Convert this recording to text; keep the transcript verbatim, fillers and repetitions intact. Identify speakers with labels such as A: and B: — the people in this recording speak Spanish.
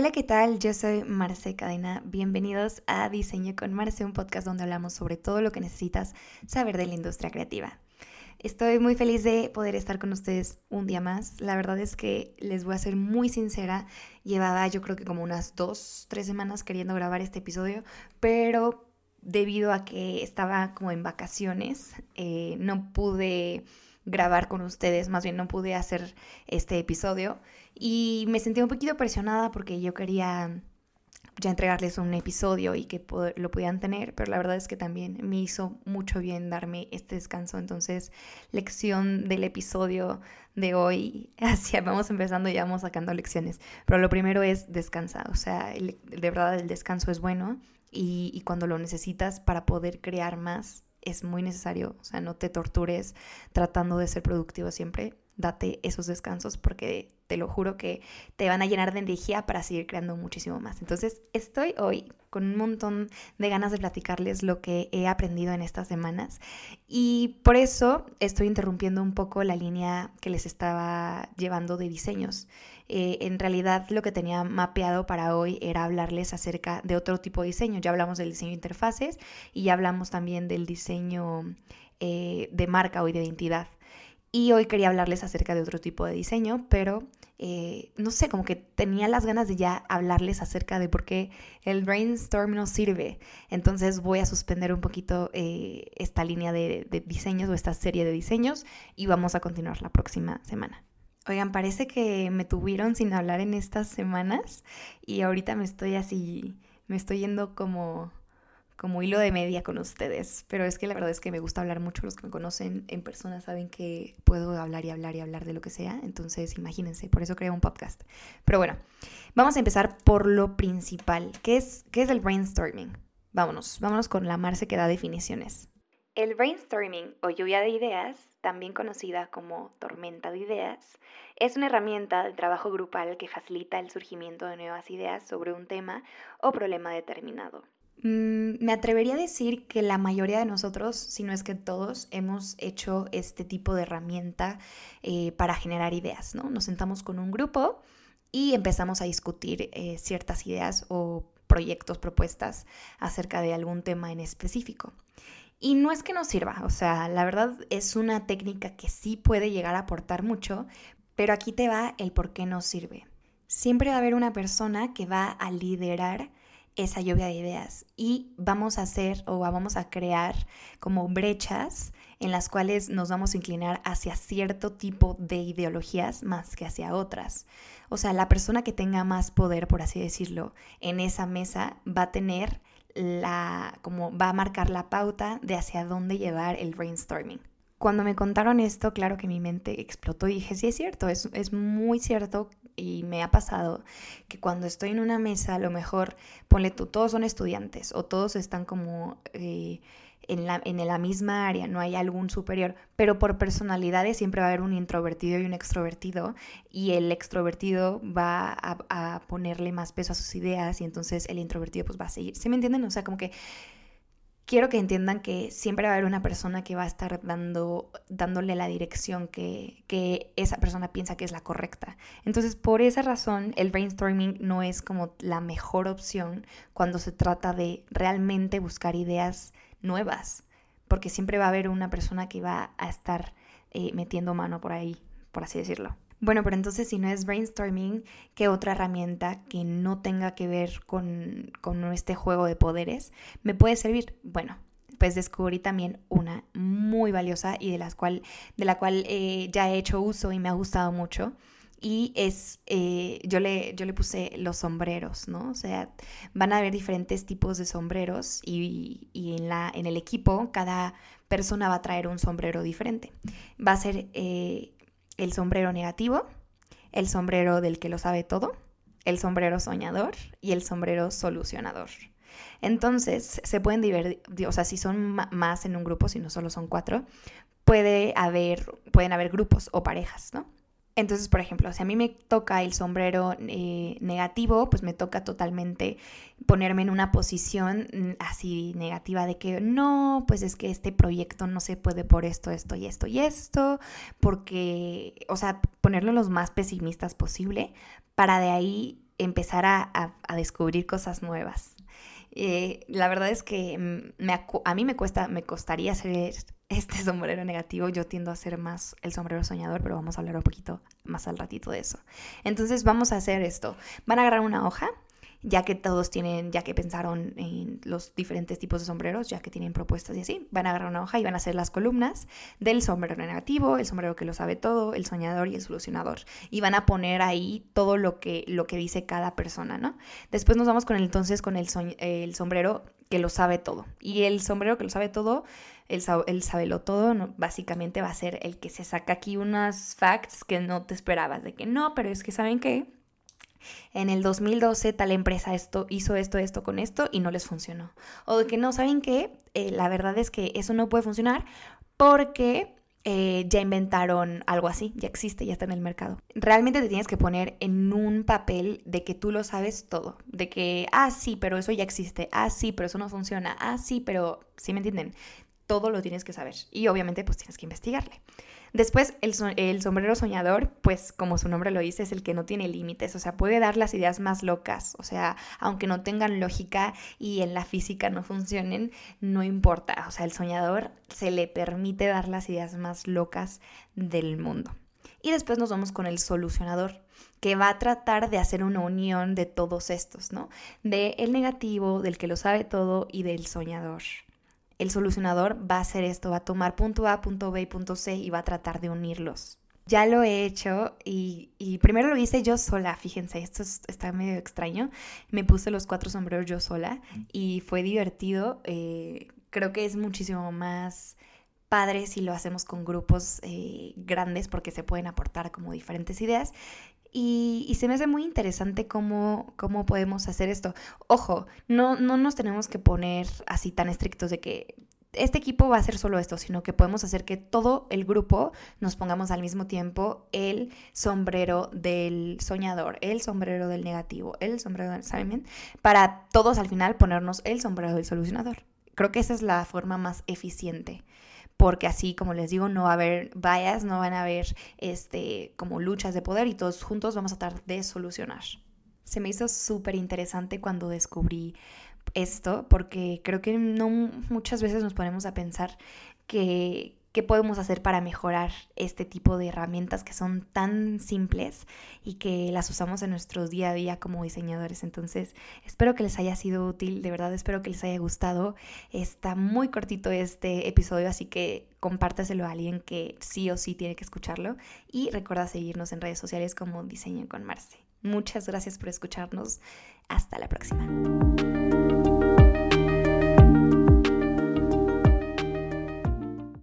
A: Hola, ¿qué tal? Yo soy Marce Cadena. Bienvenidos a Diseño con Marce, un podcast donde hablamos sobre todo lo que necesitas saber de la industria creativa. Estoy muy feliz de poder estar con ustedes un día más. La verdad es que les voy a ser muy sincera. Llevaba yo creo que como unas dos, tres semanas queriendo grabar este episodio, pero debido a que estaba como en vacaciones, eh, no pude grabar con ustedes, más bien no pude hacer este episodio y me sentí un poquito presionada porque yo quería ya entregarles un episodio y que lo pudieran tener, pero la verdad es que también me hizo mucho bien darme este descanso. Entonces, lección del episodio de hoy, así vamos empezando y ya vamos sacando lecciones, pero lo primero es descansar, o sea, el, de verdad el descanso es bueno y, y cuando lo necesitas para poder crear más es muy necesario, o sea, no te tortures tratando de ser productivo siempre. Date esos descansos porque te lo juro que te van a llenar de energía para seguir creando muchísimo más. Entonces estoy hoy con un montón de ganas de platicarles lo que he aprendido en estas semanas y por eso estoy interrumpiendo un poco la línea que les estaba llevando de diseños. Eh, en realidad lo que tenía mapeado para hoy era hablarles acerca de otro tipo de diseño. Ya hablamos del diseño de interfaces y ya hablamos también del diseño eh, de marca o de identidad. Y hoy quería hablarles acerca de otro tipo de diseño, pero eh, no sé, como que tenía las ganas de ya hablarles acerca de por qué el brainstorm no sirve. Entonces voy a suspender un poquito eh, esta línea de, de diseños o esta serie de diseños y vamos a continuar la próxima semana. Oigan, parece que me tuvieron sin hablar en estas semanas y ahorita me estoy así, me estoy yendo como... como hilo de media con ustedes, pero es que la verdad es que me gusta hablar mucho. Los que me conocen en persona saben que puedo hablar y hablar y hablar de lo que sea, entonces imagínense, por eso creo un podcast. Pero bueno, vamos a empezar por lo principal. ¿Qué es, qué es el brainstorming? Vámonos, vámonos con la Marce que da definiciones. El brainstorming o lluvia de ideas, también conocida como tormenta de ideas, es una herramienta de trabajo grupal que facilita el surgimiento de nuevas ideas sobre un tema o problema determinado. Me atrevería a decir que la mayoría de nosotros, si no es que todos, hemos hecho este tipo de herramienta eh, para generar ideas, ¿no? Nos sentamos con un grupo y empezamos a discutir eh, ciertas ideas o proyectos, propuestas acerca de algún tema en específico. Y no es que no sirva, o sea, la verdad es una técnica que sí puede llegar a aportar mucho, pero aquí te va el por qué no sirve. Siempre va a haber una persona que va a liderar esa lluvia de ideas y vamos a hacer o vamos a crear como brechas en las cuales nos vamos a inclinar hacia cierto tipo de ideologías más que hacia otras. O sea, la persona que tenga más poder, por así decirlo, en esa mesa va a tener la, como va a marcar la pauta de hacia dónde llevar el brainstorming. Cuando me contaron esto, claro que mi mente explotó y dije, sí es cierto, es, es muy cierto. Y me ha pasado que cuando estoy en una mesa, a lo mejor, ponle tú, todos son estudiantes o todos están como eh, en, la, en la misma área, no hay algún superior, pero por personalidades siempre va a haber un introvertido y un extrovertido y el extrovertido va a, a ponerle más peso a sus ideas y entonces el introvertido pues va a seguir. ¿Sí me entienden? O sea, como que quiero que entiendan que siempre va a haber una persona que va a estar dando, dándole la dirección que, que esa persona piensa que es la correcta. Entonces, por esa razón, el brainstorming no es como la mejor opción cuando se trata de realmente buscar ideas nuevas, porque siempre va a haber una persona que va a estar eh, metiendo mano por ahí, por así decirlo. Bueno, pero entonces si no es brainstorming, ¿qué otra herramienta que no tenga que ver con, con este juego de poderes me puede servir? Bueno, pues descubrí también una muy valiosa y de, las cual, de la cual eh, ya he hecho uso y me ha gustado mucho. Y es, eh, yo, le, yo le puse los sombreros, ¿no? O sea, van a haber diferentes tipos de sombreros y, y en, la, en el equipo cada persona va a traer un sombrero diferente. Va a ser... Eh, el sombrero negativo, el sombrero del que lo sabe todo, el sombrero soñador y el sombrero solucionador. Entonces, se pueden divertir, o sea, si son más en un grupo, si no solo son cuatro, puede haber, pueden haber grupos o parejas, ¿no? Entonces, por ejemplo, si a mí me toca el sombrero eh, negativo, pues me toca totalmente ponerme en una posición así negativa de que no, pues es que este proyecto no se puede por esto, esto y esto y esto, porque, o sea, ponerlo lo más pesimistas posible para de ahí empezar a, a, a descubrir cosas nuevas. Eh, la verdad es que me, a mí me cuesta, me costaría hacer este sombrero negativo. Yo tiendo a hacer más el sombrero soñador, pero vamos a hablar un poquito más al ratito de eso. Entonces vamos a hacer esto. Van a agarrar una hoja, ya que todos tienen, ya que pensaron en los diferentes tipos de sombreros, ya que tienen propuestas y así, van a agarrar una hoja y van a hacer las columnas del sombrero negativo, el sombrero que lo sabe todo, el soñador y el solucionador. Y van a poner ahí todo lo que, lo que dice cada persona, ¿no? Después nos vamos con el, entonces con el, so- el sombrero que lo sabe todo. Y el sombrero que lo sabe todo, el, el sabelo todo, no, básicamente va a ser el que se saca aquí unas facts que no te esperabas, de que no, pero es que ¿saben qué? En el dos mil doce tal empresa esto, hizo esto, esto con esto y no les funcionó. O de que no, ¿saben qué? Eh, la verdad es que eso no puede funcionar porque eh, ya inventaron algo así, ya existe, ya está en el mercado. Realmente te tienes que poner en un papel de que tú lo sabes todo. De que, ah, sí, pero eso ya existe. Ah, sí, pero eso no funciona. Ah, sí, pero, ¿sí me entienden? Todo lo tienes que saber. Y obviamente pues tienes que investigarle. Después, el, so- el sombrero soñador, pues como su nombre lo dice, es el que no tiene límites, o sea, puede dar las ideas más locas, o sea, aunque no tengan lógica y en la física no funcionen, no importa, o sea, el soñador se le permite dar las ideas más locas del mundo. Y después nos vamos con el solucionador, que va a tratar de hacer una unión de todos estos, ¿no? De el negativo, del que lo sabe todo y del soñador. El solucionador va a hacer esto, va a tomar punto A, punto B y punto C y va a tratar de unirlos. Ya lo he hecho y, y primero lo hice yo sola, fíjense, esto es, está medio extraño. Me puse los cuatro sombreros yo sola y fue divertido. Eh, creo que es muchísimo más padre si lo hacemos con grupos eh, grandes porque se pueden aportar como diferentes ideas. Y, y se me hace muy interesante cómo, cómo podemos hacer esto. Ojo, no, no nos tenemos que poner así tan estrictos de que este equipo va a hacer solo esto, sino que podemos hacer que todo el grupo nos pongamos al mismo tiempo el sombrero del soñador, el sombrero del negativo, el sombrero del, ¿saben bien? Para todos al final ponernos el sombrero del solucionador. Creo que esa es la forma más eficiente. Porque así, como les digo, no va a haber bias, no van a haber este, como luchas de poder y todos juntos vamos a tratar de solucionar. Se me hizo súper interesante cuando descubrí esto, porque creo que no muchas veces nos ponemos a pensar que qué podemos hacer para mejorar este tipo de herramientas que son tan simples y que las usamos en nuestro día a día como diseñadores. Entonces, espero que les haya sido útil, de verdad espero que les haya gustado. Está muy cortito este episodio, así que compártaselo a alguien que sí o sí tiene que escucharlo y recuerda seguirnos en redes sociales como Diseño con Marce. Muchas gracias por escucharnos. Hasta la próxima.